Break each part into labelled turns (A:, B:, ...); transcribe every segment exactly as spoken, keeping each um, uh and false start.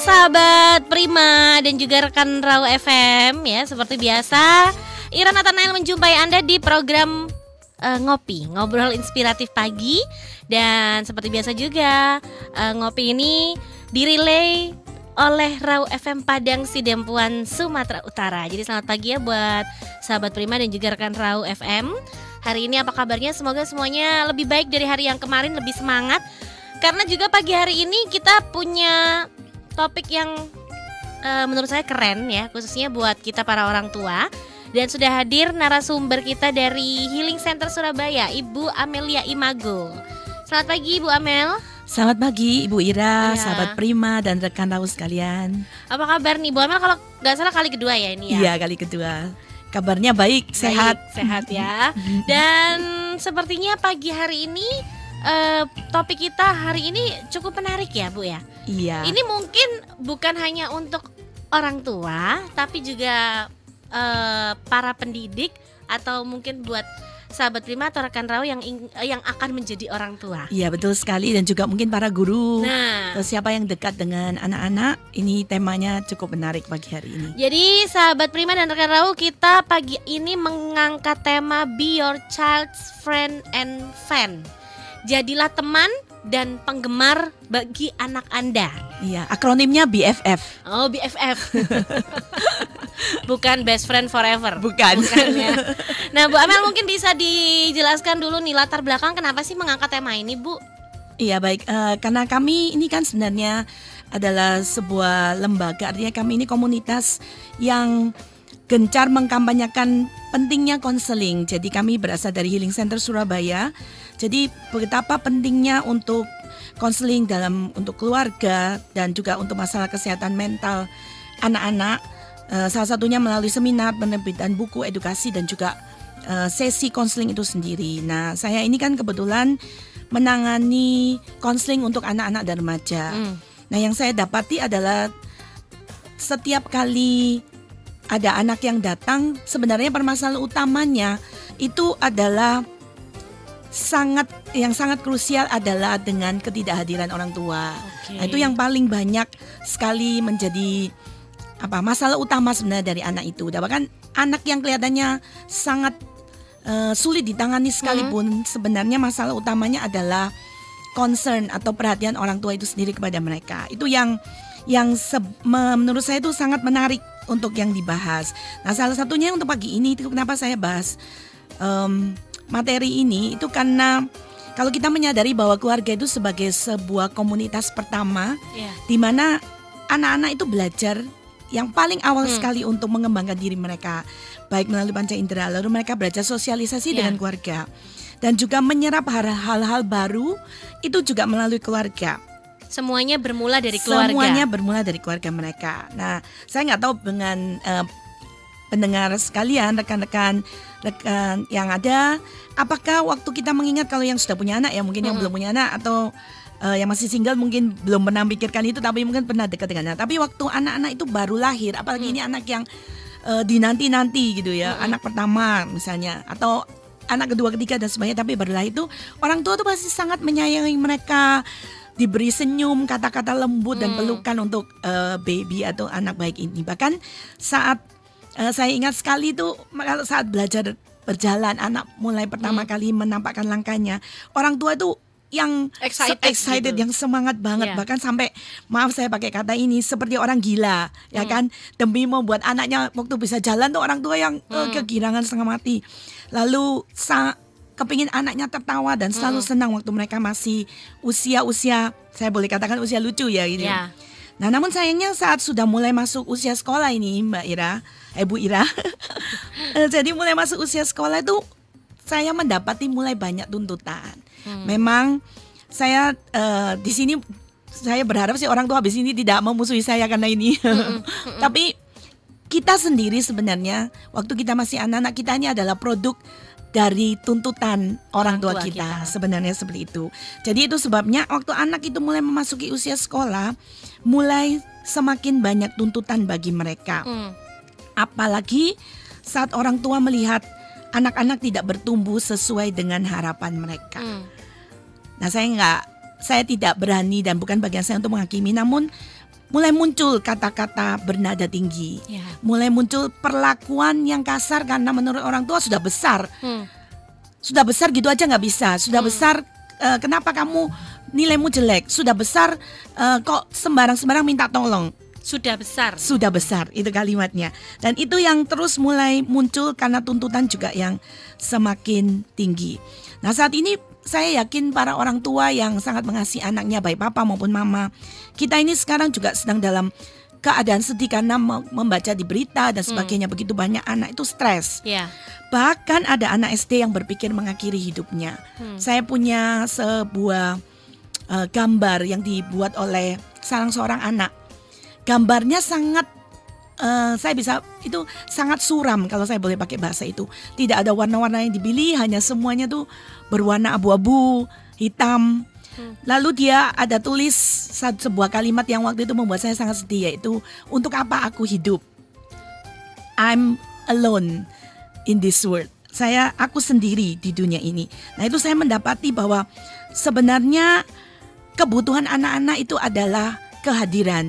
A: sahabat Prima dan juga rekan Raw F M ya, seperti biasa Ira Nathanael menjumpai Anda di program uh, Ngopi, Ngobrol Inspiratif Pagi. Dan seperti biasa juga uh, Ngopi ini dirilai oleh Raw F M Padang Sidempuan Sumatera Utara. Jadi selamat pagi ya buat sahabat Prima dan juga rekan Raw F M. Hari ini apa kabarnya? Semoga semuanya lebih baik dari hari yang kemarin, lebih semangat. Karena juga pagi hari ini kita punya topik yang uh, menurut saya keren ya, khususnya buat kita para orang tua. Dan sudah hadir narasumber kita dari Healing Center Surabaya, Ibu Amelia Imago. Selamat pagi Ibu Amel.
B: Selamat pagi Ibu Ira,
A: Ya.
B: sahabat Prima dan rekan Raw sekalian.
A: Apa kabar nih Ibu Amel? Kalau nggak salah kali kedua ya ini ya?
B: Iya, kali kedua. Kabarnya baik, sehat.
A: Baik, sehat ya. Dan sepertinya pagi hari ini uh, topik kita hari ini cukup menarik ya Bu ya.
B: Iya.
A: Ini mungkin bukan hanya untuk orang tua, tapi juga uh, para pendidik atau mungkin buat sahabat Prima atau rekan Raw yang ing- yang akan menjadi orang tua.
B: Iya, betul sekali, dan juga mungkin para guru.
A: Nah,
B: Atau siapa yang dekat dengan anak-anak, ini temanya cukup menarik pagi hari ini.
A: jadi sahabat Prima dan rekan Raw, kita pagi ini mengangkat tema Be Your Child's Friend and Fan. Jadilah teman dan penggemar bagi anak Anda.
B: Iya, akronimnya B F F.
A: Oh, B F F. Bukan best friend forever.
B: Bukan.
A: Bukan ya. Nah, Bu Amel mungkin bisa dijelaskan dulu nih latar belakang kenapa sih mengangkat tema ini, Bu?
B: Iya, baik. Eh, karena kami ini kan sebenarnya adalah sebuah lembaga, artinya kami ini komunitas yang gencar mengkampanyekan pentingnya konseling. Jadi kami berasal dari Healing Center Surabaya. Jadi betapa pentingnya untuk konseling dalam untuk keluarga dan juga untuk masalah kesehatan mental anak-anak. Uh, salah satunya melalui seminar, penerbitan buku, edukasi dan juga uh, sesi konseling itu sendiri. Nah, saya ini kan kebetulan menangani konseling untuk anak-anak dan remaja.
A: Hmm.
B: Nah, yang saya dapati adalah setiap kali ada anak yang datang, sebenarnya permasalahan utamanya itu adalah sangat yang sangat krusial adalah dengan ketidakhadiran orang tua.
A: Oke.
B: Nah, itu yang paling banyak sekali menjadi apa masalah utama sebenarnya dari anak itu. Dan bahkan anak yang kelihatannya sangat uh, sulit ditangani sekalipun, hmm. sebenarnya masalah utamanya adalah concern atau perhatian orang tua itu sendiri kepada mereka. Itu yang yang se- menurut saya itu sangat menarik untuk yang dibahas. Nah, salah satunya untuk pagi ini itu kenapa saya bahas um, materi ini itu karena kalau kita menyadari bahwa keluarga itu sebagai sebuah komunitas pertama,
A: Yeah.
B: di mana anak-anak itu belajar yang paling awal
A: Hmm.
B: sekali untuk mengembangkan diri mereka, baik melalui panca indera, lalu mereka belajar sosialisasi
A: Yeah.
B: dengan keluarga dan juga menyerap hal-hal baru itu juga melalui keluarga.
A: Semuanya bermula dari keluarga.
B: Semuanya bermula dari keluarga mereka. Nah, saya nggak tahu dengan uh, pendengar sekalian, rekan-rekan rekan yang ada, apakah waktu kita mengingat kalau yang sudah punya anak ya mungkin yang
A: Hmm.
B: belum punya anak atau uh, yang masih single mungkin belum pernah pikirkan itu, tapi mungkin pernah dekat dengan anak. Tapi waktu anak-anak itu baru lahir, apalagi
A: Hmm.
B: ini anak yang uh, dinanti-nanti gitu ya,
A: Hmm.
B: anak pertama misalnya atau anak kedua, ketiga dan sebagainya, tapi baru lahir itu orang tua tuh pasti sangat menyayangi mereka, diberi senyum, kata-kata lembut dan
A: Hmm.
B: pelukan untuk uh, baby atau anak baik ini. Bahkan saat uh, saya ingat sekali itu kalau saat belajar berjalan, anak mulai pertama
A: Hmm.
B: kali menampakkan langkahnya, orang tua itu yang
A: Excited
B: se- excited
A: gitu.
B: yang semangat banget,
A: Yeah.
B: bahkan sampai maaf saya pakai kata ini seperti orang gila, ya
A: Hmm.
B: kan, demi membuat anaknya waktu bisa jalan tuh orang tua yang uh,
A: Hmm.
B: kegirangan setengah mati. Lalu sa- kepingin anaknya tertawa dan selalu
A: Mm-mm.
B: senang waktu mereka masih usia-usia, saya boleh katakan usia lucu ya gitu.
A: Ya.
B: Nah, namun sayangnya saat sudah mulai masuk usia sekolah ini Mbak Ira, eh Bu Ira, eh, jadi mulai masuk usia sekolah itu saya mendapati mulai banyak tuntutan.
A: Hmm.
B: Memang saya eh, di sini saya berharap sih orang tua habis ini tidak memusuhi saya karena ini.
A: Mm-mm. Mm-mm.
B: Tapi kita sendiri sebenarnya waktu kita masih anak-anak, kita ini adalah produk dari tuntutan orang,
A: Orang
B: tua,
A: tua
B: kita.
A: kita.
B: Sebenarnya seperti itu. Jadi itu sebabnya waktu anak itu mulai memasuki usia sekolah, mulai semakin banyak tuntutan bagi mereka.
A: Hmm.
B: Apalagi saat orang tua melihat anak-anak tidak bertumbuh sesuai dengan harapan mereka.
A: Hmm.
B: Nah, saya nggak, saya tidak berani dan bukan bagian saya untuk menghakimi. Namun mulai muncul kata-kata bernada tinggi,
A: Ya.
B: mulai muncul perlakuan yang kasar karena menurut orang tua sudah besar,
A: Hmm.
B: sudah besar gitu aja nggak bisa, sudah
A: Hmm.
B: besar eh, kenapa kamu nilaimu jelek, sudah besar eh, kok sembarang-sembarang minta tolong.
A: Sudah besar.
B: Sudah besar, itu kalimatnya. Dan itu yang terus mulai muncul karena tuntutan juga yang semakin tinggi. Nah, saat ini saya yakin para orang tua yang sangat mengasihi anaknya, baik papa maupun mama, kita ini sekarang juga sedang dalam keadaan sedih karena membaca di berita dan sebagainya. Hmm. Begitu banyak anak itu stres.
A: Ya.
B: Bahkan ada anak S D yang berpikir mengakhiri hidupnya. Hmm. Saya punya sebuah uh, gambar yang dibuat oleh salah seorang anak. Gambarnya sangat, uh, saya bisa, itu sangat suram kalau saya boleh pakai bahasa itu. Tidak ada warna-warna yang dipilih, hanya semuanya tuh berwarna abu-abu, hitam. Hmm. Lalu dia ada tulis sebuah kalimat yang waktu itu membuat saya sangat sedih, yaitu, untuk apa aku hidup? I'm alone in this world. Saya, aku sendiri di dunia ini. Nah, itu saya mendapati bahwa sebenarnya kebutuhan anak-anak itu adalah kehadiran,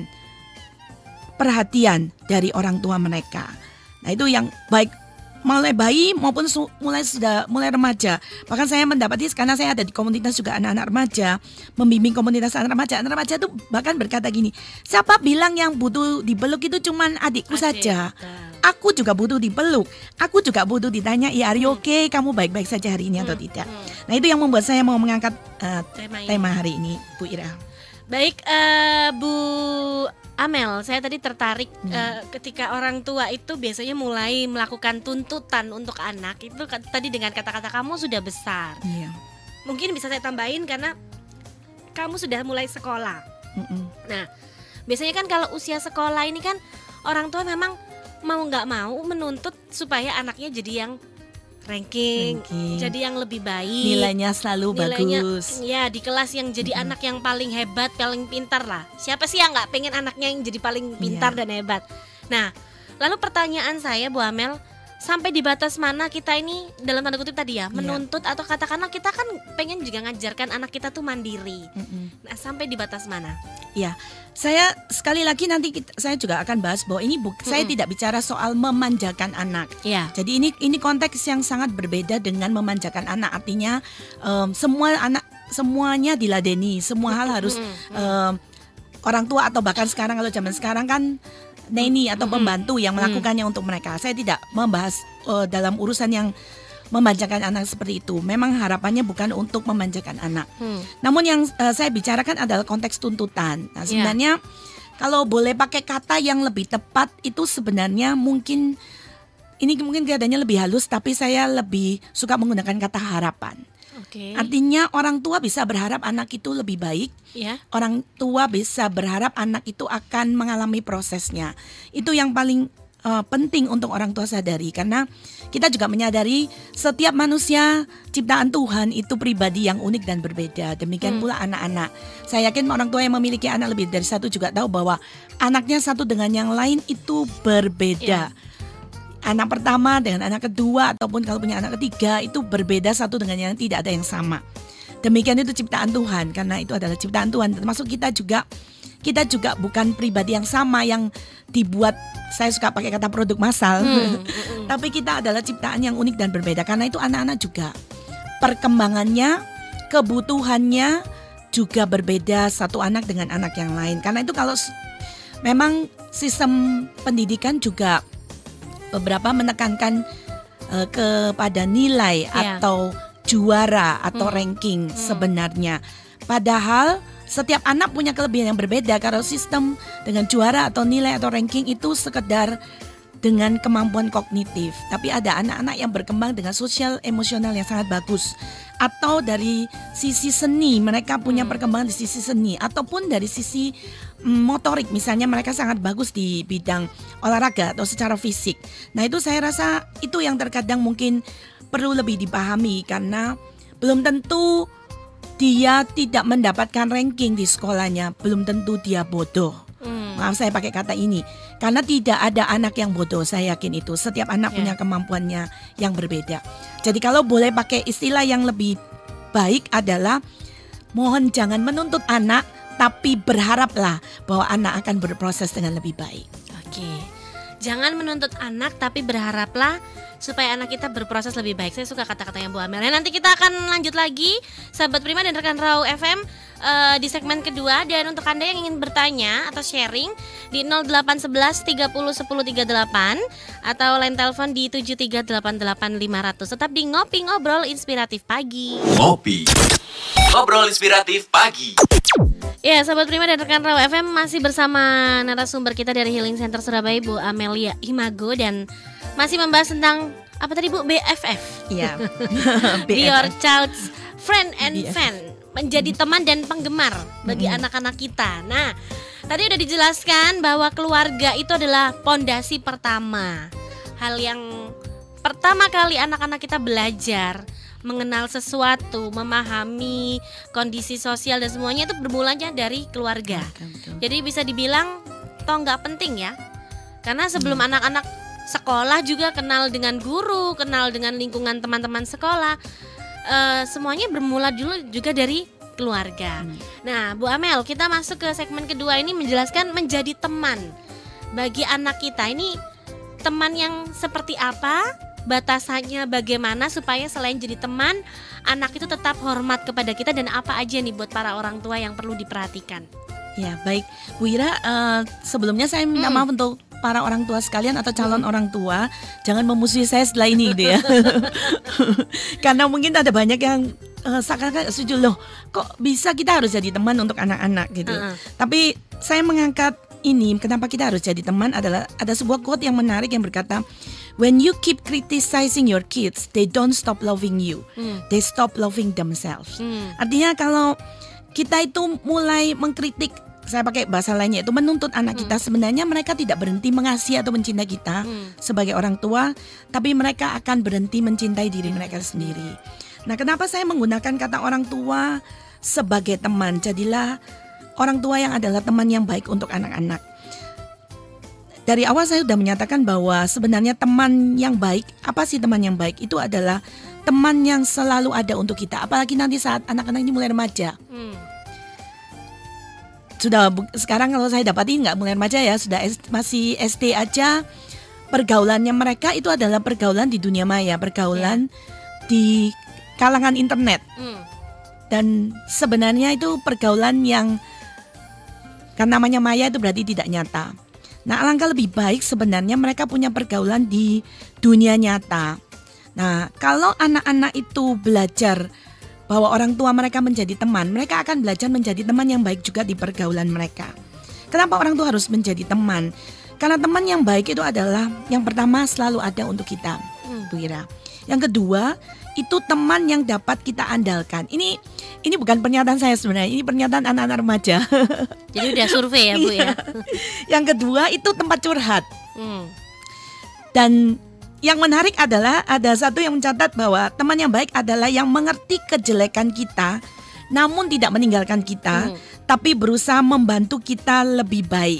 B: perhatian dari orang tua mereka. Nah, itu yang baik mulai bayi maupun su- mulai sudah mulai remaja. Bahkan saya mendapati karena saya ada di komunitas juga anak-anak remaja, membimbing komunitas anak remaja. Anak remaja itu bahkan berkata gini, siapa bilang yang butuh dipeluk itu cuman adikku Adik, saja. Betul. Aku juga butuh dipeluk. Aku juga butuh ditanya, ya are you okay? Kamu baik-baik saja hari ini atau tidak? Nah, itu yang membuat saya mau mengangkat uh, tema, tema hari ini, Bu Ira.
A: Baik, uh, Bu Amel, saya tadi tertarik hmm. uh, ketika orang tua itu biasanya mulai melakukan tuntutan untuk anak itu tadi dengan kata-kata kamu sudah besar.
B: Iya.
A: Mungkin bisa saya tambahin karena kamu sudah mulai sekolah.
B: Mm-mm.
A: Nah, biasanya kan kalau usia sekolah ini kan orang tua memang mau nggak mau menuntut supaya anaknya jadi yang ranking,
B: ranking,
A: jadi yang lebih baik,
B: nilainya selalu nilainya, bagus.
A: Ya di kelas yang jadi mm-hmm. anak yang paling hebat, paling pintar lah. Siapa sih yang nggak pengen anaknya yang jadi paling pintar yeah. dan hebat? Nah, lalu pertanyaan saya, Bu Amel, sampai di batas mana kita ini dalam tanda kutip tadi ya menuntut yeah. atau katakanlah kita kan pengen juga ngajarkan anak kita tuh mandiri. Mm-hmm. Nah, sampai di batas mana?
B: Ya, saya sekali lagi nanti kita, saya juga akan bahas bahwa ini bu, mm-hmm. saya tidak bicara soal memanjakan anak.
A: Yeah.
B: Jadi ini ini konteks yang sangat berbeda dengan memanjakan anak. Artinya um, semua anak semuanya diladeni, semua hal harus mm-hmm. um, orang tua atau bahkan sekarang kalau zaman sekarang kan neni atau pembantu yang melakukannya hmm. untuk mereka. Saya tidak membahas uh, dalam urusan yang memanjakan anak seperti itu. Memang harapannya bukan untuk memanjakan anak. Hmm. Namun yang uh, saya bicarakan adalah konteks tuntutan. Nah, sebenarnya yeah. kalau boleh pakai kata yang lebih tepat itu sebenarnya mungkin ini mungkin kelihatannya lebih halus, tapi saya lebih suka menggunakan kata harapan.
A: Okay.
B: Artinya orang tua bisa berharap anak itu lebih baik.
A: Yeah.
B: Orang tua bisa berharap anak itu akan mengalami prosesnya. Itu yang paling uh, penting untuk orang tua sadari. Karena kita juga menyadari setiap manusia ciptaan Tuhan itu pribadi yang unik dan berbeda. Demikian hmm. pula anak-anak. Saya yakin orang tua yang memiliki anak lebih dari satu juga tahu bahwa anaknya satu dengan yang lain itu berbeda. Yeah. Anak pertama dengan anak kedua ataupun kalau punya anak ketiga itu berbeda satu dengan yang tidak ada yang sama. Demikian itu ciptaan Tuhan, karena itu adalah ciptaan Tuhan. Termasuk kita juga, kita juga bukan pribadi yang sama yang dibuat, saya suka pakai kata produk massal. Hmm, hmm. Tapi kita adalah ciptaan yang unik dan berbeda. Karena itu anak-anak juga perkembangannya, kebutuhannya juga berbeda satu anak dengan anak yang lain. Karena itu kalau memang sistem pendidikan juga beberapa menekankan uh, kepada nilai yeah. atau juara atau hmm. ranking hmm. sebenarnya. Padahal setiap anak punya kelebihan yang berbeda. Kalau sistem dengan juara atau nilai atau ranking itu sekedar dengan kemampuan kognitif. Tapi ada anak-anak yang berkembang dengan sosial emosional yang sangat bagus. Atau dari sisi seni, mereka punya hmm. perkembangan di sisi seni. Ataupun dari sisi motorik, misalnya mereka sangat bagus di bidang olahraga atau secara fisik. Nah itu saya rasa itu yang terkadang mungkin perlu lebih dipahami. Karena belum tentu dia tidak mendapatkan ranking di sekolahnya, belum tentu dia bodoh. Hmm. Maaf saya pakai kata ini, karena tidak ada anak yang bodoh, saya yakin itu. Setiap anak yeah. punya kemampuannya yang berbeda. Jadi kalau boleh pakai istilah yang lebih baik adalah mohon jangan menuntut anak, tapi berharaplah bahwa anak akan berproses dengan lebih baik.
A: Oke. Jangan menuntut anak tapi berharaplah supaya anak kita berproses lebih baik. Saya suka kata-katanya Bu Amel. Nanti kita akan lanjut lagi sahabat Prima dan rekan Raw F M uh, di segmen kedua. Dan untuk Anda yang ingin bertanya atau sharing di nol delapan satu satu tiga nol satu nol tiga delapan atau line telepon di tujuh tiga delapan delapan lima nol nol. Tetap di Ngopi Ngobrol Inspiratif Pagi.
C: Ngopi Ngobrol Inspiratif Pagi.
A: Ya, sahabat Prima dan rekan Raw F M masih bersama narasumber kita dari Healing Center Surabaya, Bu Amelia Imago, dan masih membahas tentang apa tadi Bu? B F F.
B: Iya.
A: Be your child's friend and
B: B F F.
A: fan, menjadi teman dan penggemar bagi
B: Mm-hmm.
A: anak-anak kita. Nah, tadi udah dijelaskan bahwa keluarga itu adalah pondasi pertama. Hal yang pertama kali anak-anak kita belajar mengenal sesuatu, memahami kondisi sosial dan semuanya itu bermulanya dari keluarga.
B: Betul.
A: Jadi bisa dibilang toh nggak penting ya, karena sebelum hmm. anak-anak sekolah juga kenal dengan guru, kenal dengan lingkungan teman-teman sekolah, uh, semuanya bermula dulu juga dari keluarga. Hmm. Nah, Bu Amel, kita masuk ke segmen kedua ini menjelaskan menjadi teman bagi anak kita. Ini teman yang seperti apa? Batasannya bagaimana supaya selain jadi teman, anak itu tetap hormat kepada kita, dan apa aja nih buat para orang tua yang perlu diperhatikan?
B: Ya, baik Bu Ira, uh, sebelumnya saya minta
A: Mm.
B: maaf untuk para orang tua sekalian atau calon mm. orang tua, jangan memusuhi saya setelah ini gitu ya. Karena mungkin ada banyak yang uh, seakan-akan setuju, loh kok bisa kita harus jadi teman untuk anak-anak gitu.
A: Uh-uh.
B: Tapi saya mengangkat ini, kenapa kita harus jadi teman adalah ada sebuah quote yang menarik yang berkata, when you keep criticizing your kids, they don't stop loving you. Hmm. They stop loving themselves. Hmm. Artinya kalau kita itu mulai mengkritik, saya pakai bahasa lainnya itu menuntut anak hmm. kita, sebenarnya mereka tidak berhenti mengasihi atau mencintai kita hmm. sebagai orang tua, tapi mereka akan berhenti mencintai diri mereka sendiri. Nah, kenapa saya menggunakan kata orang tua sebagai teman? Jadilah orang tua yang adalah teman yang baik untuk anak-anak. Dari awal saya sudah menyatakan bahwa sebenarnya teman yang baik, apa sih teman yang baik? Itu adalah teman yang selalu ada untuk kita. Apalagi nanti saat anak-anak ini mulai remaja. Hmm. Sudah sekarang kalau saya dapati nggak mulai remaja ya, sudah masih S D aja. Pergaulannya mereka itu adalah pergaulan di dunia maya, pergaulan yeah. di kalangan internet. Hmm. Dan sebenarnya itu pergaulan yang kan namanya maya itu berarti tidak nyata. Nah, alangkah lebih baik sebenarnya mereka punya pergaulan di dunia nyata. Nah, kalau anak-anak itu belajar bahwa orang tua mereka menjadi teman, mereka akan belajar menjadi teman yang baik juga di pergaulan mereka. Kenapa orang tua harus menjadi teman? Karena teman yang baik itu adalah yang pertama selalu ada untuk kita, Bu Ira. Yang kedua, itu teman yang dapat kita andalkan. Ini ini bukan pernyataan saya sebenarnya, ini pernyataan anak-anak remaja.
A: Jadi udah survei ya Bu ya.
B: Yang kedua itu tempat curhat.
A: Hmm.
B: Dan yang menarik adalah ada satu yang mencatat bahwa teman yang baik adalah yang mengerti kejelekan kita, namun tidak meninggalkan kita, hmm. tapi berusaha membantu kita lebih baik.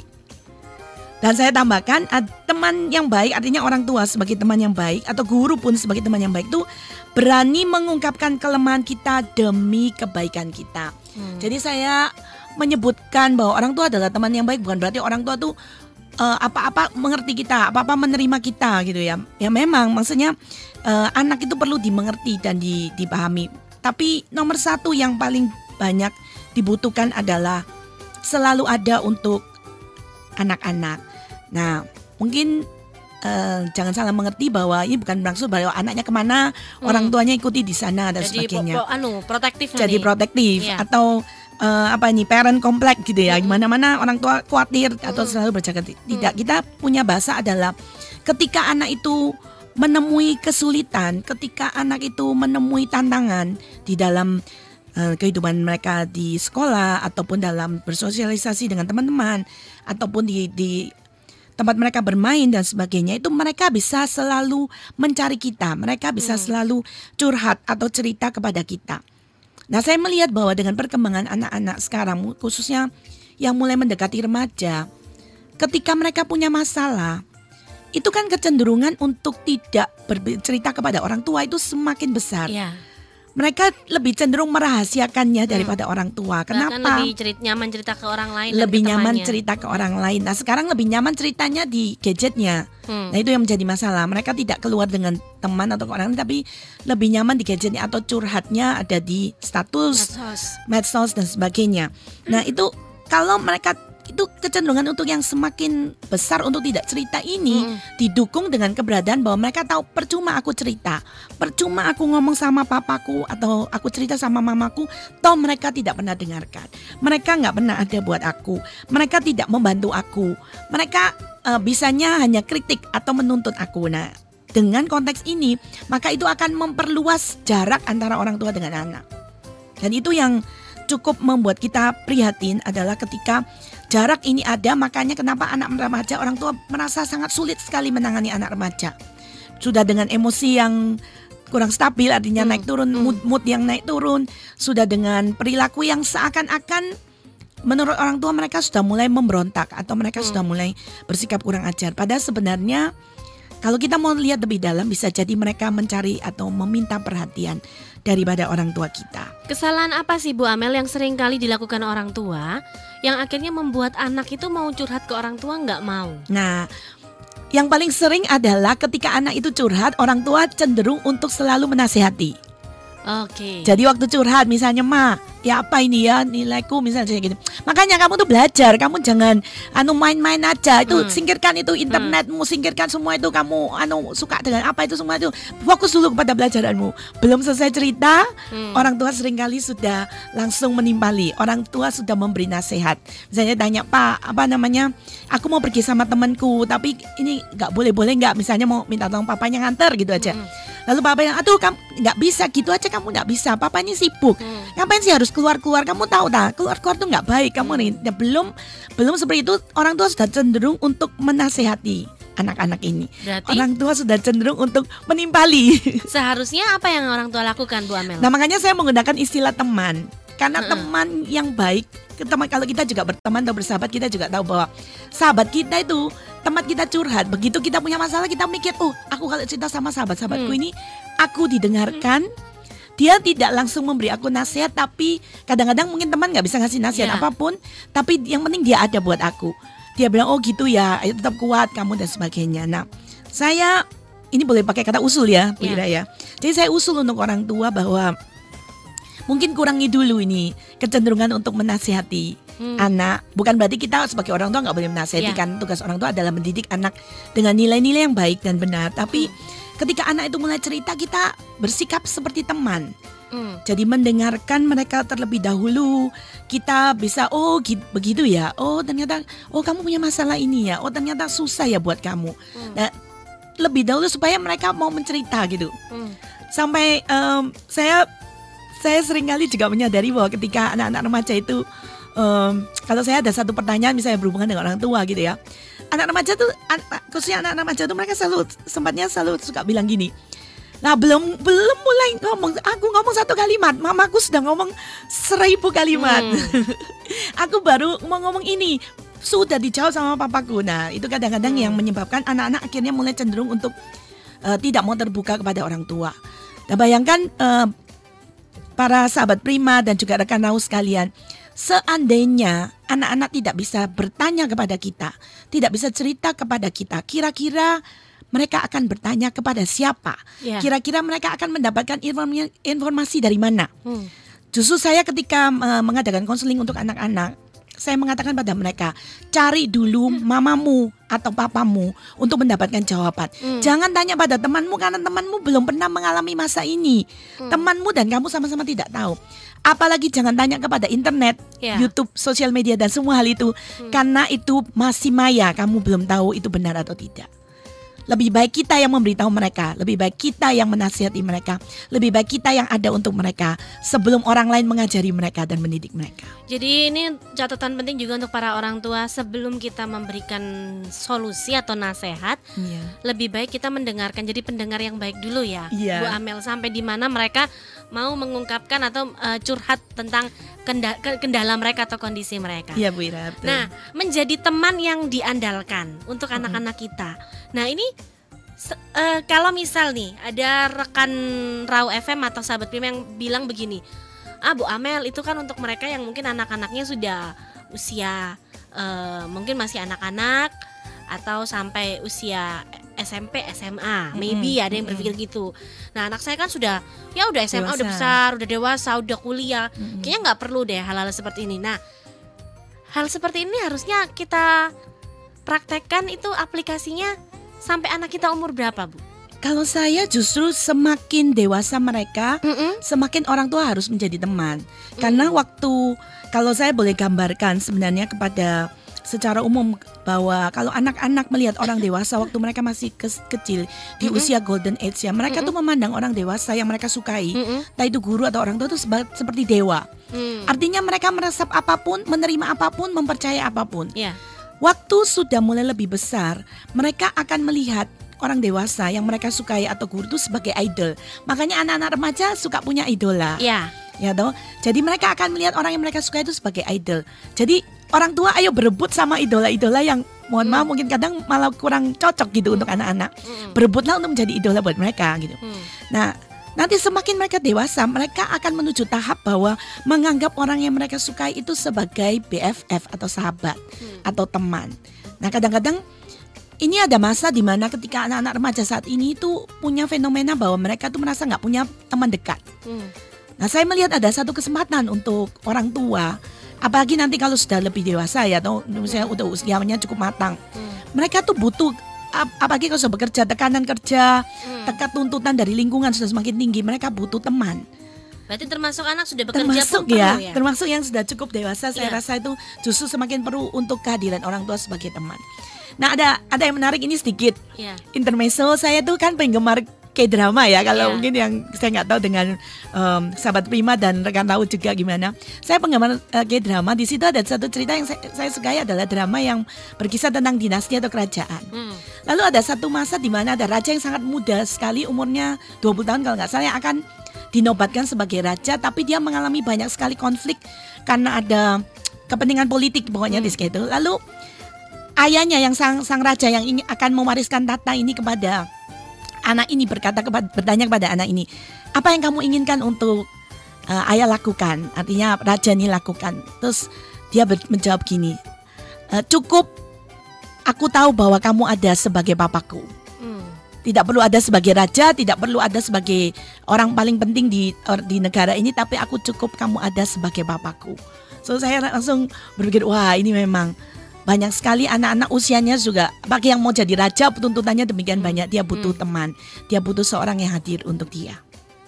B: Dan saya tambahkan, teman yang baik artinya orang tua sebagai teman yang baik atau guru pun sebagai teman yang baik itu berani mengungkapkan kelemahan kita demi kebaikan kita. Hmm. Jadi saya menyebutkan bahwa orang tua adalah teman yang baik bukan berarti orang tua tuh uh, apa-apa mengerti kita, apa-apa menerima kita gitu ya. Ya memang maksudnya uh, anak itu perlu dimengerti dan di, dipahami. Tapi nomor satu yang paling banyak dibutuhkan adalah selalu ada untuk anak-anak. Nah, mungkin uh, jangan salah mengerti bahwa ini bukan bermaksud bahwa anaknya kemana hmm. orang tuanya ikuti di sana dan
A: jadi
B: sebagainya.
A: Jadi anu protektif nanti.
B: Jadi protektif
A: yeah. atau
B: uh, apa ini parent complex gitu ya. Hmm. Gimana-mana orang tua khawatir hmm. atau selalu berjaga. Tidak, hmm. kita punya bahasa adalah ketika anak itu menemui kesulitan, ketika anak itu menemui tantangan di dalam kehidupan mereka di sekolah ataupun dalam bersosialisasi dengan teman-teman ataupun di, di tempat mereka bermain dan sebagainya, itu mereka bisa selalu mencari kita, mereka bisa hmm. selalu curhat atau cerita kepada kita. Nah, saya melihat bahwa dengan perkembangan anak-anak sekarang, khususnya yang mulai mendekati remaja, ketika mereka punya masalah, itu kan kecenderungan untuk tidak bercerita kepada orang tua itu semakin besar.
A: Yeah.
B: mereka lebih cenderung merahasiakannya daripada hmm. orang tua. Kenapa?
A: Bahkan lebih cerit, nyaman cerita ke orang lain.
B: Lebih
A: dan ke
B: nyaman
A: temannya.
B: cerita ke orang lain. Nah sekarang lebih nyaman ceritanya di gadgetnya. Hmm. Nah itu yang menjadi masalah. Mereka tidak keluar dengan teman atau ke orang lain, tapi lebih nyaman di gadgetnya atau curhatnya ada di status,
A: medsos,
B: medsos dan sebagainya. Nah itu kalau mereka itu kecenderungan untuk yang semakin besar untuk tidak cerita ini hmm. didukung dengan keberadaan bahwa mereka tahu percuma aku cerita, percuma aku ngomong sama papaku atau aku cerita sama mamaku, toh mereka tidak pernah dengarkan, mereka nggak pernah ada buat aku, mereka tidak membantu aku, mereka uh, bisanya hanya kritik atau menuntut aku. Nah dengan konteks ini maka itu akan memperluas jarak antara orang tua dengan anak, dan itu yang cukup membuat kita prihatin adalah ketika jarak ini ada, makanya kenapa anak remaja orang tua merasa sangat sulit sekali menangani anak remaja. Sudah dengan emosi yang kurang stabil, artinya hmm. naik turun, mood, mood yang naik turun. Sudah dengan perilaku yang seakan-akan menurut orang tua mereka sudah mulai memberontak atau mereka hmm. sudah mulai bersikap kurang ajar. Padahal sebenarnya kalau kita mau lihat lebih dalam, bisa jadi mereka mencari atau meminta perhatian daripada orang tua kita.
A: Kesalahan apa sih Bu Amel yang sering kali dilakukan orang tua yang akhirnya membuat anak itu mau curhat ke orang tua nggak mau?
B: Nah, yang paling sering adalah ketika anak itu curhat, orang tua cenderung untuk selalu menasehati.
A: Oke.
B: Jadi waktu curhat misalnya, Ma, ya apa ini ya nilaiku misalnya gitu. Makanya kamu tuh belajar, kamu jangan anu main-main aja. Itu hmm. singkirkan itu internetmu, hmm. singkirkan semua itu, kamu anu suka dengan apa itu semua itu. Fokus dulu kepada belajaranmu. Belum selesai cerita, hmm. orang tua seringkali sudah langsung menimpali. Orang tua sudah memberi nasihat. Misalnya tanya, Pak, apa namanya? Aku mau pergi sama temanku, tapi ini enggak boleh-boleh enggak? Misalnya mau minta tolong papanya nganter gitu aja. Hmm. Lalu papa yang, aduh kamu nggak bisa gitu aja, kamu nggak bisa, papa ini sibuk, hmm. ngapain sih harus keluar-keluar, kamu tahu tak, keluar-keluar tuh nggak baik, kamu nih, ya, belum belum seperti itu, orang tua sudah cenderung untuk menasehati anak-anak ini. Berarti orang tua sudah cenderung untuk menimpali.
A: Seharusnya apa yang orang tua lakukan, Bu Amel?
B: Nah makanya saya menggunakan istilah teman, karena uh-uh. teman yang baik, teman kalau kita juga berteman atau bersahabat, kita juga tahu bahwa sahabat kita itu tempat kita curhat. Begitu kita punya masalah, kita mikir, oh aku kalau cerita sama sahabat-sahabatku hmm. ini, aku didengarkan. Dia tidak langsung memberi aku nasihat, tapi kadang-kadang mungkin teman gak bisa ngasih nasihat yeah. apapun, tapi yang penting dia ada buat aku. Dia bilang, oh gitu ya, ayo tetap kuat kamu dan sebagainya. Nah saya, ini boleh pakai kata usul ya Bu Ira ya. Jadi saya usul untuk orang tua bahwa mungkin kurangi dulu ini kecenderungan untuk menasihati hmm. anak. Bukan berarti kita sebagai orang tua gak boleh menasihati, yeah. kan tugas orang tua adalah mendidik anak dengan nilai-nilai yang baik dan benar. Tapi hmm. ketika anak itu mulai cerita, kita bersikap seperti teman. Hmm. Jadi mendengarkan mereka terlebih dahulu. Kita bisa, oh gitu, begitu ya. Oh ternyata, oh kamu punya masalah ini ya. Oh ternyata susah ya buat kamu. Hmm. Nah, lebih dahulu supaya mereka mau mencerita gitu. Hmm. Sampai um, saya saya seringkali juga menyadari bahwa ketika anak-anak remaja itu, um, kalau saya ada satu pertanyaan misalnya berhubungan dengan orang tua gitu ya. Anak remaja tuh, khususnya anak remaja tuh mereka selalu sempatnya selalu suka bilang gini. Nah belum belum mulai ngomong, aku ngomong satu kalimat, mamaku sudah ngomong seribu kalimat. Hmm. Aku baru mau ngomong ini, sudah dijawab sama papaku. Nah itu kadang-kadang hmm. yang menyebabkan anak-anak akhirnya mulai cenderung untuk uh, tidak mau terbuka kepada orang tua. Nah bayangkan uh, para sahabat Prima dan juga rekan Raus sekalian, seandainya anak-anak tidak bisa bertanya kepada kita, tidak bisa cerita kepada kita, kira-kira mereka akan bertanya kepada siapa? Yeah. Kira-kira mereka akan mendapatkan informasi dari mana? Hmm. Justru saya ketika uh, mengadakan konseling untuk anak-anak, saya mengatakan pada mereka, cari dulu mamamu atau papamu untuk mendapatkan jawaban. Hmm. Jangan tanya pada temanmu, karena temanmu belum pernah mengalami masa ini. Hmm. Temanmu dan kamu sama-sama tidak tahu. Apalagi jangan tanya kepada internet, yeah. YouTube, sosial media dan semua hal itu. Hmm. Karena itu masih maya, kamu belum tahu itu benar atau tidak. Lebih baik kita yang memberitahu mereka, lebih baik kita yang menasihati mereka, lebih baik kita yang ada untuk mereka sebelum orang lain mengajari mereka dan mendidik mereka.
A: Jadi ini catatan penting juga untuk para orang tua, sebelum kita memberikan solusi atau nasihat, yeah. lebih baik kita mendengarkan, jadi pendengar yang baik dulu ya, yeah. Bu Amel, sampai di mana mereka mau mengungkapkan atau uh, curhat tentang kenda- kendala mereka atau kondisi mereka.
B: Iya Bu Ira, betul.
A: Nah, menjadi teman yang diandalkan untuk mm-hmm. anak-anak kita. Nah ini Se- eh, kalau misal nih ada rekan Raw F M atau sahabat Prima yang bilang begini, ah Bu Amel itu kan untuk mereka yang mungkin anak-anaknya sudah usia eh, mungkin masih anak-anak atau sampai usia S M P, S M A,
B: Mm-mm,
A: maybe ada yang
B: mm-mm.
A: berpikir gitu. Nah anak saya kan sudah ya udah S M A, udah
B: Dewasa.
A: besar, udah dewasa, udah kuliah,
B: Mm-mm.
A: kayaknya nggak perlu deh hal-hal seperti ini. Nah hal seperti ini harusnya kita praktekkan itu aplikasinya sampai anak kita umur berapa, Bu?
B: Kalau saya justru semakin dewasa mereka,
A: Mm-mm.
B: semakin orang tua harus menjadi teman. Karena waktu, kalau saya boleh gambarkan sebenarnya kepada secara umum bahwa kalau anak-anak melihat orang dewasa waktu mereka masih ke- kecil di
A: Mm-mm.
B: usia golden age ya, mereka tuh memandang orang dewasa yang mereka sukai,
A: Mm-mm.
B: entah itu guru atau orang tua itu seba- seperti dewa.
A: Mm.
B: Artinya mereka meresap apapun, menerima apapun, mempercayai apapun.
A: Ya.
B: Waktu sudah mulai lebih besar, mereka akan melihat orang dewasa yang mereka sukai atau guru itu sebagai idol. Makanya anak-anak remaja suka punya idola.
A: Ya.
B: Ya toh. Jadi mereka akan melihat orang yang mereka suka itu sebagai idol. Jadi orang tua ayo berebut sama idola-idola yang mohon maaf mungkin kadang malah kurang cocok gitu untuk anak-anak.
A: Mm.
B: Berebutlah untuk menjadi idola buat mereka gitu.
A: Mm.
B: Nah, nanti semakin mereka dewasa, mereka akan menuju tahap bahwa menganggap orang yang mereka sukai itu sebagai B F F atau sahabat
A: Hmm.
B: atau teman. Nah, kadang-kadang ini ada masa di mana ketika anak-anak remaja saat ini itu punya fenomena bahwa mereka tuh merasa nggak punya teman dekat.
A: Mm.
B: Nah, saya melihat ada satu kesempatan untuk orang tua, apalagi nanti kalau sudah lebih dewasa ya, atau misalnya udah usianya cukup matang,
A: Mm.
B: mereka tuh butuh ap- apalagi kalau sudah bekerja, tekanan kerja,
A: Mm.
B: tekat tuntutan dari lingkungan sudah semakin tinggi, mereka butuh teman.
A: Berarti termasuk anak sudah bekerja
B: Termasuk
A: pun
B: ya,
A: perlu ya.
B: termasuk yang sudah cukup dewasa, saya
A: Iya.
B: rasa itu justru semakin perlu untuk kehadiran orang tua sebagai teman. Nah, ada ada yang menarik ini sedikit
A: Ya.
B: intermezzo. Saya tuh kan penggemar K-drama ya. Kalau
A: Iya.
B: mungkin yang saya nggak tahu dengan um, sahabat Prima dan rekan tahu juga gimana. Saya penggemar uh, K-drama. Di situ ada satu cerita yang saya, saya sukai adalah drama yang berkisah tentang dinasti atau kerajaan.
A: Mm.
B: Lalu ada satu masa di mana ada raja yang sangat muda sekali, umurnya dua puluh tahun kalau nggak salah, yang akan dinobatkan sebagai raja, tapi dia mengalami banyak sekali konflik karena ada kepentingan politik pokoknya di situ. Lalu ayahnya yang sang sang raja yang ingin akan mewariskan tahta ini kepada anak ini berkata kepada bertanya kepada anak ini, apa yang kamu inginkan untuk uh, ayah lakukan? Artinya raja ini lakukan. Terus dia ber- menjawab gini, "E, cukup aku tahu bahwa kamu ada sebagai papaku.
A: Mm.
B: Tidak perlu ada sebagai raja, tidak perlu ada sebagai orang paling penting di or- di negara ini, tapi aku cukup kamu ada sebagai papaku." So saya langsung berpikir, wah ini memang banyak sekali anak-anak usianya juga, bagi yang mau jadi raja tuntutannya demikian banyak. Dia butuh teman, dia butuh seorang yang hadir untuk dia.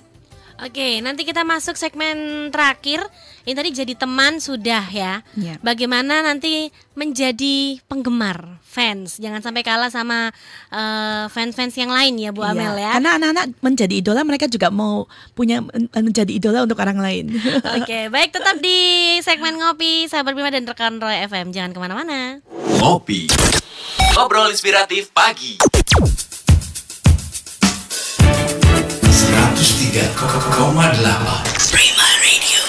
A: Oke, nanti kita masuk segmen terakhir. Ini tadi jadi teman sudah ya.
B: Ya.
A: Bagaimana nanti menjadi penggemar, fans. Jangan sampai kalah sama eh, fans-fans yang lain ya Bu
B: Iya,
A: Amel ya.
B: Karena anak-anak menjadi idola, mereka juga mau punya menjadi idola untuk orang lain.
A: Oke, baik, tetap di segmen ngopi Sahabat Prima dan rekan Roy F M. Jangan kemana-mana.
C: Ngopi. Ngobrol inspiratif pagi.
D: seratus tiga koma delapan
C: Prima Radio.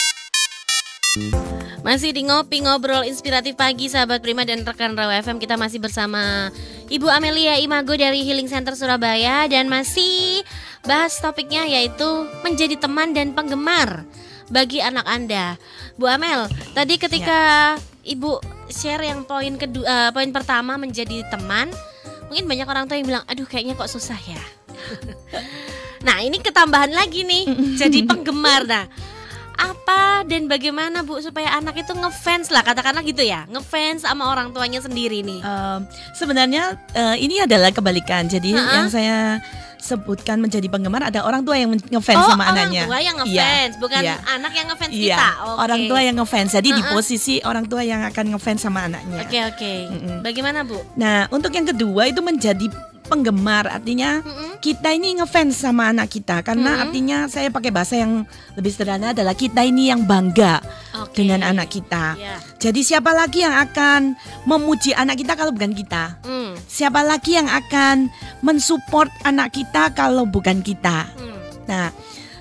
A: Masih di ngopi ngobrol inspiratif pagi Sahabat Prima dan rekan Raw F M. Kita masih bersama Ibu Amelia Imago dari Healing Center Surabaya. Dan masih bahas topiknya yaitu menjadi teman dan penggemar bagi anak Anda. Bu Amel, tadi ketika Ibu share yang poin kedua, uh, poin pertama menjadi teman, mungkin banyak orang tua yang bilang, aduh kayaknya kok susah ya. Nah ini ketambahan lagi nih, jadi penggemar. Nah apa dan bagaimana Bu supaya anak itu ngefans lah, katakanlah gitu ya, ngefans sama orang tuanya sendiri nih.
B: Um, sebenarnya uh, ini adalah kebalikan. Jadi
A: Ha-ha.
B: yang saya sebutkan menjadi penggemar, ada orang tua yang ngefans
A: Oh,
B: sama
A: orang
B: anaknya.
A: tua yang
B: Iya,
A: ngefans, bukan
B: iya.
A: anak yang ngefans
B: Iya,
A: kita. Oke.
B: orang tua yang ngefans. Jadi di
A: Ha-ha.
B: posisi orang tua yang akan ngefans sama anaknya.
A: Oke oke.
B: Mm-mm.
A: Bagaimana Bu?
B: Nah, untuk yang kedua itu menjadi penggemar, artinya
A: Mm-mm.
B: kita ini ngefans sama anak kita, karena
A: Mm-mm.
B: artinya saya pakai bahasa yang lebih sederhana adalah kita ini yang bangga
A: Oke.
B: dengan anak kita.
A: Ya.
B: Jadi siapa lagi yang akan memuji anak kita kalau bukan kita?
A: Hmm.
B: Siapa lagi yang akan mensupport anak kita kalau bukan kita?
A: Hmm.
B: Nah,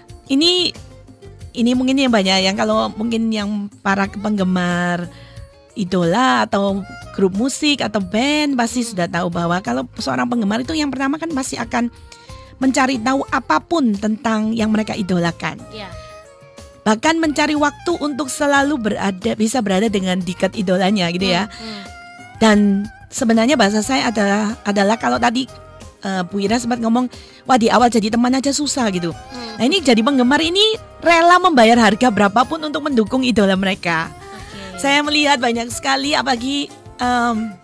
B: ini ini mungkin yang banyak yang kalau mungkin yang para penggemar idola atau grup musik atau band pasti sudah tahu bahwa kalau seorang penggemar itu yang pertama kan pasti akan mencari tahu apapun tentang yang mereka idolakan.
A: Ya.
B: Bahkan mencari waktu untuk selalu berada bisa berada dengan dekat idolanya gitu ya.
A: Hmm, hmm.
B: Dan sebenarnya bahasa saya adalah adalah kalau tadi uh, Bu Ira sempat ngomong, wah di awal jadi teman aja susah gitu.
A: Hmm.
B: Nah ini jadi penggemar ini rela membayar harga berapapun untuk mendukung idola mereka.
A: Oke.
B: Saya melihat banyak sekali apalagi um,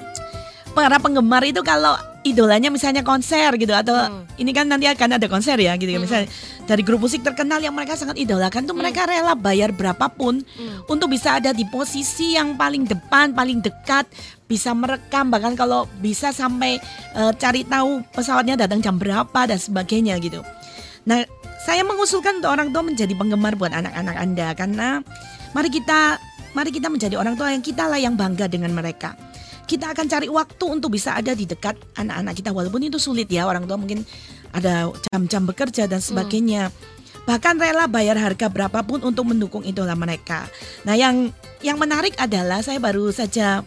B: para penggemar itu kalau idolanya misalnya konser gitu atau
A: Hmm.
B: ini kan nanti akan ada konser ya gitu
A: Hmm.
B: misalnya dari grup musik terkenal yang mereka sangat idolakan tuh
A: Hmm.
B: mereka rela bayar berapapun
A: Hmm.
B: untuk bisa ada di posisi yang paling depan, paling dekat, bisa merekam bahkan kalau bisa sampai uh, cari tahu pesawatnya datang jam berapa dan sebagainya gitu. Nah, saya mengusulkan untuk orang tua menjadi penggemar buat anak-anak Anda karena mari kita mari kita menjadi orang tua yang kita lah yang bangga dengan mereka. Kita akan cari waktu untuk bisa ada di dekat anak-anak kita walaupun itu sulit ya, orang tua mungkin ada jam-jam bekerja dan sebagainya. Hmm. Bahkan rela bayar harga berapapun untuk mendukung idola mereka. Nah, yang yang menarik adalah saya baru saja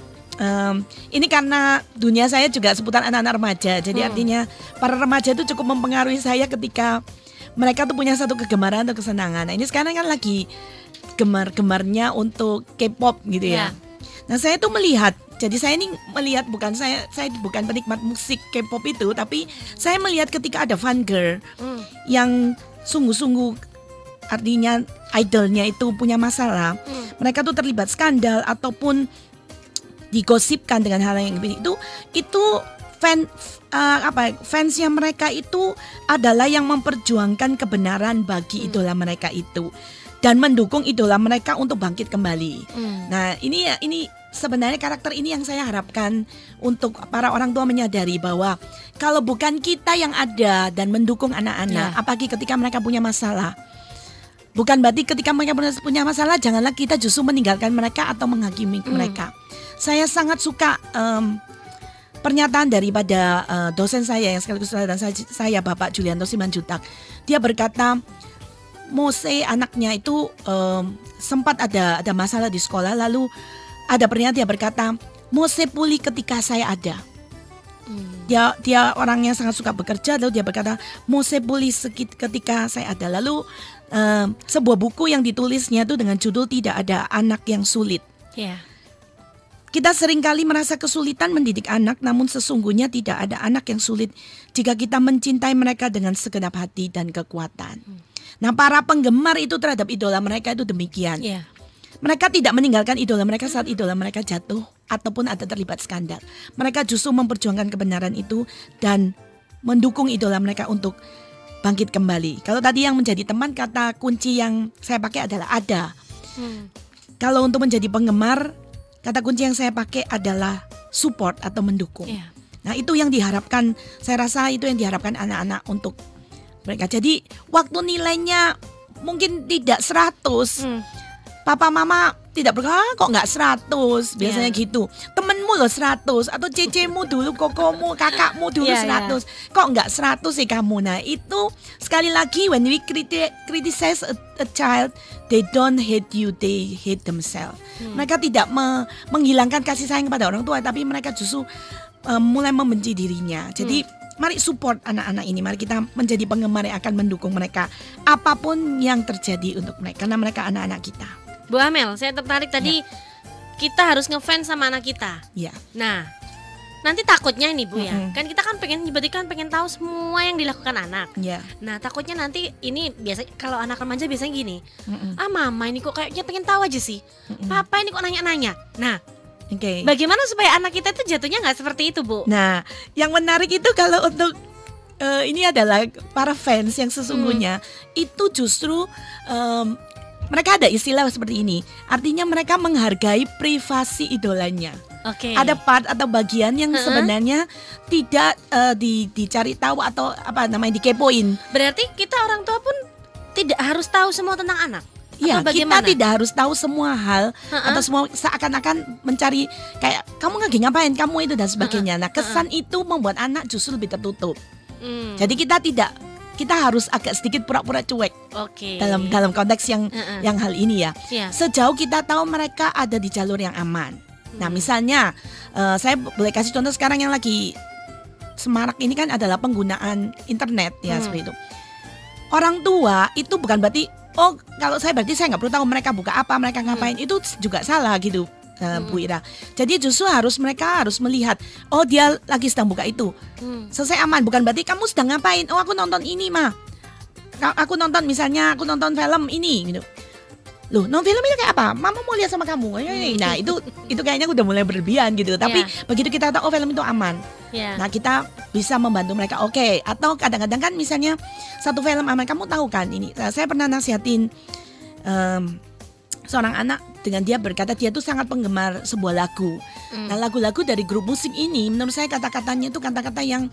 B: um, ini karena dunia saya juga seputar anak-anak remaja. Jadi hmm. artinya para remaja itu cukup mempengaruhi saya ketika mereka tuh punya satu kegemaran atau kesenangan. Nah, ini sekarang kan lagi gemar-gemarnya untuk K-pop gitu ya. Yeah. Nah, saya tuh melihat, jadi saya ini melihat bukan saya saya bukan penikmat musik K-pop itu, tapi saya melihat ketika ada fan girl mm. yang sungguh-sungguh artinya idolnya itu punya masalah, mm. mereka tuh terlibat skandal ataupun digosipkan dengan hal yang itu itu fan uh, apa fansnya mereka itu adalah yang memperjuangkan kebenaran bagi mm. idola mereka itu. Dan mendukung idola mereka untuk bangkit kembali. Hmm. Nah, ini ini sebenarnya karakter ini yang saya harapkan untuk para orang tua menyadari bahwa kalau bukan kita yang ada dan mendukung anak-anak, yeah. apalagi ketika mereka punya masalah, bukan berarti ketika mereka punya masalah janganlah kita justru meninggalkan mereka atau menghakimi hmm. mereka. Saya sangat suka um, pernyataan daripada uh, dosen saya yang sekaligus dan saya, saya Bapak Julianto Simanjuntak. Dia berkata, Mose anaknya itu um, sempat ada ada masalah di sekolah, lalu ada pernyataan dia berkata, Mose pulih ketika saya ada. Hmm. Dia dia orangnya sangat suka bekerja, lalu dia berkata, Mose pulih ketika saya ada. Lalu um, sebuah buku yang ditulisnya itu dengan judul Tidak Ada Anak Yang Sulit.
A: Yeah.
B: Kita seringkali merasa kesulitan mendidik anak, namun sesungguhnya tidak ada anak yang sulit jika kita mencintai mereka dengan segenap hati dan kekuatan. Hmm. Nah, para penggemar itu terhadap idola mereka itu demikian. Yeah. Mereka tidak meninggalkan idola mereka saat idola mereka jatuh ataupun ada terlibat skandal. Mereka justru memperjuangkan kebenaran itu dan mendukung idola mereka untuk bangkit kembali. Kalau tadi yang menjadi teman, kata kunci yang saya pakai adalah ada. Hmm. Kalau untuk menjadi penggemar, kata kunci yang saya pakai adalah support atau mendukung. Yeah. Nah, itu yang diharapkan, saya rasa itu yang diharapkan anak-anak untuk mereka. Jadi waktu nilainya mungkin tidak seratus. Hmm. Papa mama tidak berkata kok nggak seratus. Biasanya yeah. gitu. Temenmu loh seratus. Atau cecemu dulu, kokomu, kakakmu dulu yeah, seratus. Yeah. Kok nggak seratus sih kamu. Nah itu sekali lagi when we criti- criticize a, a child, they don't hate you, they hate themselves. Hmm. Mereka tidak me- menghilangkan kasih sayang kepada orang tua, tapi mereka justru uh, mulai membenci dirinya. Jadi hmm. mari support anak-anak ini. Mari kita menjadi penggemar yang akan mendukung mereka apapun yang terjadi untuk mereka, karena mereka anak-anak kita.
A: Bu Amel, saya tertarik tadi ya. Kita harus ngefans sama anak kita.
B: Ya.
A: Nah, nanti takutnya ini Bu ya,
B: mm-hmm.
A: kan kita kan pengen berarti kan pengen tahu semua yang dilakukan anak.
B: Ya.
A: Nah, takutnya nanti ini biasa kalau anak remaja biasanya gini, mm-hmm. ah mama ini kok kayaknya pengen tahu aja sih, mm-hmm. papa ini kok nanya-nanya. Nah.
B: Okay.
A: Bagaimana supaya anak kita itu jatuhnya nggak seperti itu, Bu?
B: Nah, yang menarik itu kalau untuk uh, ini adalah para fans yang sesungguhnya hmm. itu justru um, mereka ada istilah seperti ini. Artinya mereka menghargai privasi idolanya.
A: Oke. Okay.
B: Ada part atau bagian yang uh-huh. sebenarnya tidak uh, di, dicari tahu atau apa namanya dikepoin.
A: Berarti kita orang tua pun tidak harus tahu semua tentang anak.
B: Ya, kita tidak harus tahu semua hal uh-uh. atau semua seakan-akan mencari kayak kamu lagi ngapain, kamu itu dan sebagainya. Nah, kesan uh-uh. itu membuat anak justru lebih tertutup. Hmm. Jadi kita tidak kita harus agak sedikit pura-pura cuek.
A: Oke.
B: Dalam dalam konteks yang
A: Uh-uh.
B: yang hal ini ya.
A: Iya.
B: Sejauh kita tahu mereka ada di jalur yang aman. Nah,
A: Hmm.
B: misalnya uh, saya boleh kasih contoh sekarang yang lagi semarak ini kan adalah penggunaan internet ya,
A: Hmm.
B: seperti itu. Orang tua itu bukan berarti oh kalau saya berarti saya nggak perlu tahu mereka buka apa, mereka ngapain.
A: Hmm.
B: Itu juga salah gitu. Uh,
A: Hmm.
B: Bu Ira. Jadi justru harus mereka harus melihat, oh dia lagi sedang buka itu.
A: Hmm.
B: Selesai aman, bukan berarti kamu sedang ngapain. Oh aku nonton ini mah. Ka- Aku nonton misalnya aku nonton film ini gitu. Loh, nonton film ini kayak apa? Mama mau lihat sama kamu. Nah, itu itu kayaknya udah mulai berlebihan gitu. Tapi
A: Iya.
B: begitu kita tahu oh film itu aman.
A: Ya.
B: Nah, kita bisa membantu mereka. Oke, atau kadang-kadang kan misalnya satu film aman, kamu tahu kan ini. Saya pernah nasihatin em, seorang anak dengan dia berkata dia tuh sangat penggemar sebuah lagu.
A: Hmm.
B: Nah, lagu-lagu dari grup musik ini menurut saya kata-katanya itu kata-kata yang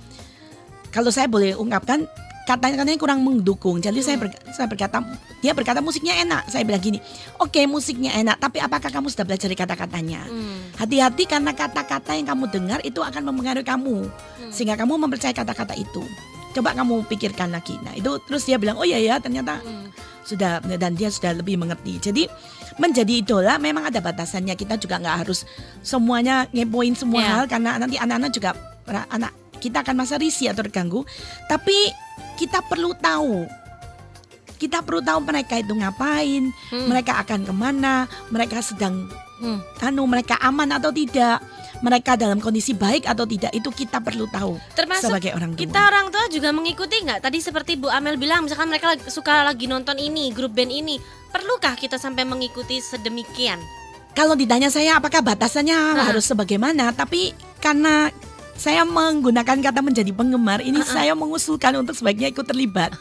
B: kalau saya boleh ungkapkan kata-katanya kurang mendukung. Jadi saya, ber, saya berkata dia berkata musiknya enak. Saya bilang gini, oke musiknya enak, tapi apakah kamu sudah belajar kata-katanya?
A: Hmm.
B: Hati-hati karena kata-kata yang kamu dengar itu akan mempengaruhi kamu sehingga kamu mempercayai kata-kata itu. Coba kamu pikirkan lagi. Nah itu terus dia bilang oh iya ya ternyata
A: Hmm.
B: sudah, dan dia sudah lebih mengerti. Jadi menjadi idola memang ada batasannya. Kita juga nggak harus semuanya ngepoin semua
A: Ya.
B: hal karena nanti anak-anak juga anak kita akan masa risih atau terganggu. Tapi kita perlu tahu, kita perlu tahu mereka itu ngapain,
A: Hmm.
B: mereka akan kemana, mereka sedang
A: Hmm.
B: anu mereka aman atau tidak, mereka dalam kondisi baik atau tidak, itu kita perlu tahu
A: Termasuk
B: sebagai orang tua.
A: kita orang tua juga mengikuti nggak? Tadi seperti Bu Amel bilang, misalkan mereka lagi- suka lagi nonton ini, grup band ini, perlukah kita sampai mengikuti sedemikian?
B: Kalau ditanya saya apakah batasannya
A: Ha-ha.
B: harus sebagaimana, tapi karena saya menggunakan kata menjadi penggemar ini,
A: Ha-ha.
B: saya mengusulkan untuk sebaiknya ikut terlibat.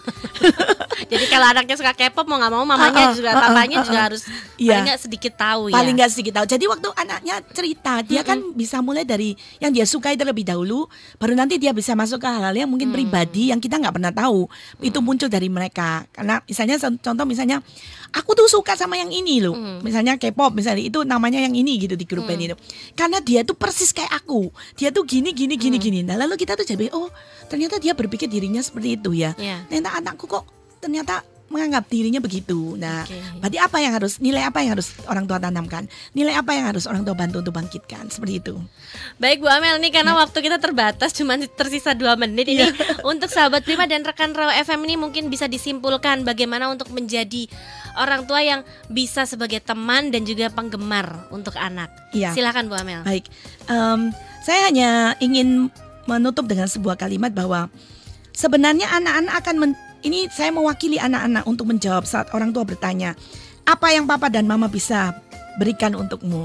A: Jadi kalau anaknya suka K-pop mau nggak mau mamanya
B: Uh-uh,
A: juga
B: uh-uh,
A: papanya
B: uh-uh.
A: juga harus
B: Iya.
A: paling nggak sedikit tahu
B: Paling
A: ya.
B: nggak sedikit tahu. Jadi waktu anaknya cerita, dia kan bisa mulai dari yang dia sukai terlebih dahulu, baru nanti dia bisa masuk ke hal-hal yang mungkin
A: Hmm.
B: pribadi yang kita nggak pernah tahu. Itu muncul dari mereka. Karena misalnya contoh misalnya, aku tuh suka sama yang ini loh.
A: Hmm.
B: Misalnya K-pop, misalnya itu namanya yang ini gitu di grup band itu. Karena dia tuh persis kayak aku. Dia tuh gini gini gini
A: Hmm.
B: gini. Nah lalu kita tuh jadi oh ternyata dia berpikir dirinya seperti itu ya.
A: Ya.
B: Ternyata anakku kok ternyata menganggap dirinya begitu. Nah,
A: Oke.
B: berarti apa yang harus nilai apa yang harus orang tua tanamkan? Nilai apa yang harus orang tua bantu untuk bangkitkan? Seperti itu.
A: Baik Bu Amel nih karena waktu kita terbatas cuma tersisa dua menit ini untuk sahabat Prima dan rekan Raw F M ini mungkin bisa disimpulkan bagaimana untuk menjadi orang tua yang bisa sebagai teman dan juga penggemar untuk anak.
B: Iya.
A: Silakan Bu Amel.
B: Baik, Em, saya hanya ingin menutup dengan sebuah kalimat bahwa sebenarnya anak-anak akan men- ini saya mewakili anak-anak untuk menjawab saat orang tua bertanya, apa yang papa dan mama bisa berikan untukmu?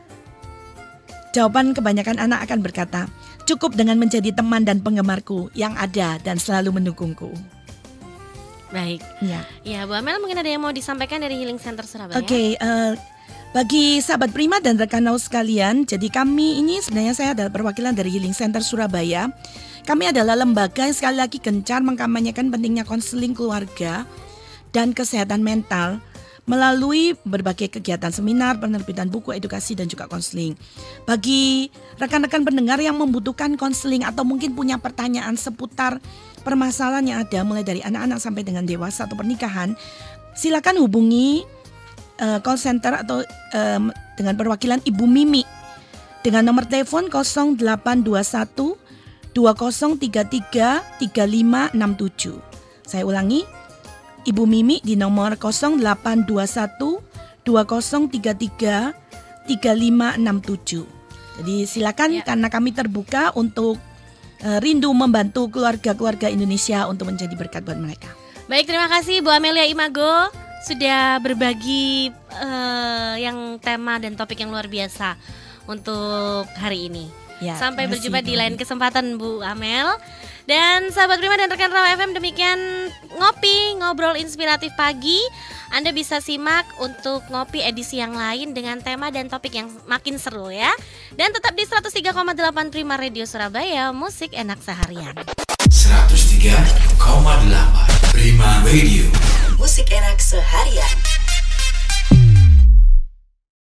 B: Jawaban kebanyakan anak akan berkata, cukup dengan menjadi teman dan penggemarku yang ada dan selalu mendukungku.
A: Baik.
B: Ya.
A: Ya Bu Amel mungkin ada yang mau disampaikan dari Healing Center Surabaya.
B: Oke, eh, bagi sahabat Prima dan rekan Naus sekalian, jadi kami ini sebenarnya saya adalah perwakilan dari Healing Center Surabaya. Kami adalah lembaga yang sekali lagi gencar mengkampanyekan pentingnya konseling keluarga dan kesehatan mental melalui berbagai kegiatan seminar, penerbitan buku, edukasi dan juga konseling. Bagi rekan-rekan pendengar yang membutuhkan konseling atau mungkin punya pertanyaan seputar permasalahan yang ada mulai dari anak-anak sampai dengan dewasa atau pernikahan, silakan hubungi uh, call center atau um, dengan perwakilan Ibu Mimi dengan nomor telepon nol delapan dua satu dua nol tiga tiga tiga lima enam tujuh. Saya ulangi, Ibu Mimi di nomor nol delapan dua satu dua nol tiga tiga tiga lima enam tujuh. Jadi silakan
A: Ya.
B: karena kami terbuka untuk uh, rindu membantu keluarga-keluarga Indonesia untuk menjadi berkat buat mereka.
A: Baik, terima kasih Bu Amelia Imago sudah berbagi eh, yang tema dan topik yang luar biasa untuk hari ini.
B: Ya,
A: Sampai
B: terima
A: berjumpa
B: kasih,
A: di
B: Bu
A: lain
B: Mimi.
A: kesempatan Bu Amel. Dan sahabat Prima dan rekan Raw F M, demikian ngopi ngobrol inspiratif pagi. Anda bisa simak untuk ngopi edisi yang lain dengan tema dan topik yang makin seru ya. Dan tetap di seratus tiga koma delapan Prima Radio Surabaya, musik enak seharian.
D: seratus tiga koma delapan Prima Radio.
E: Musik enak seharian.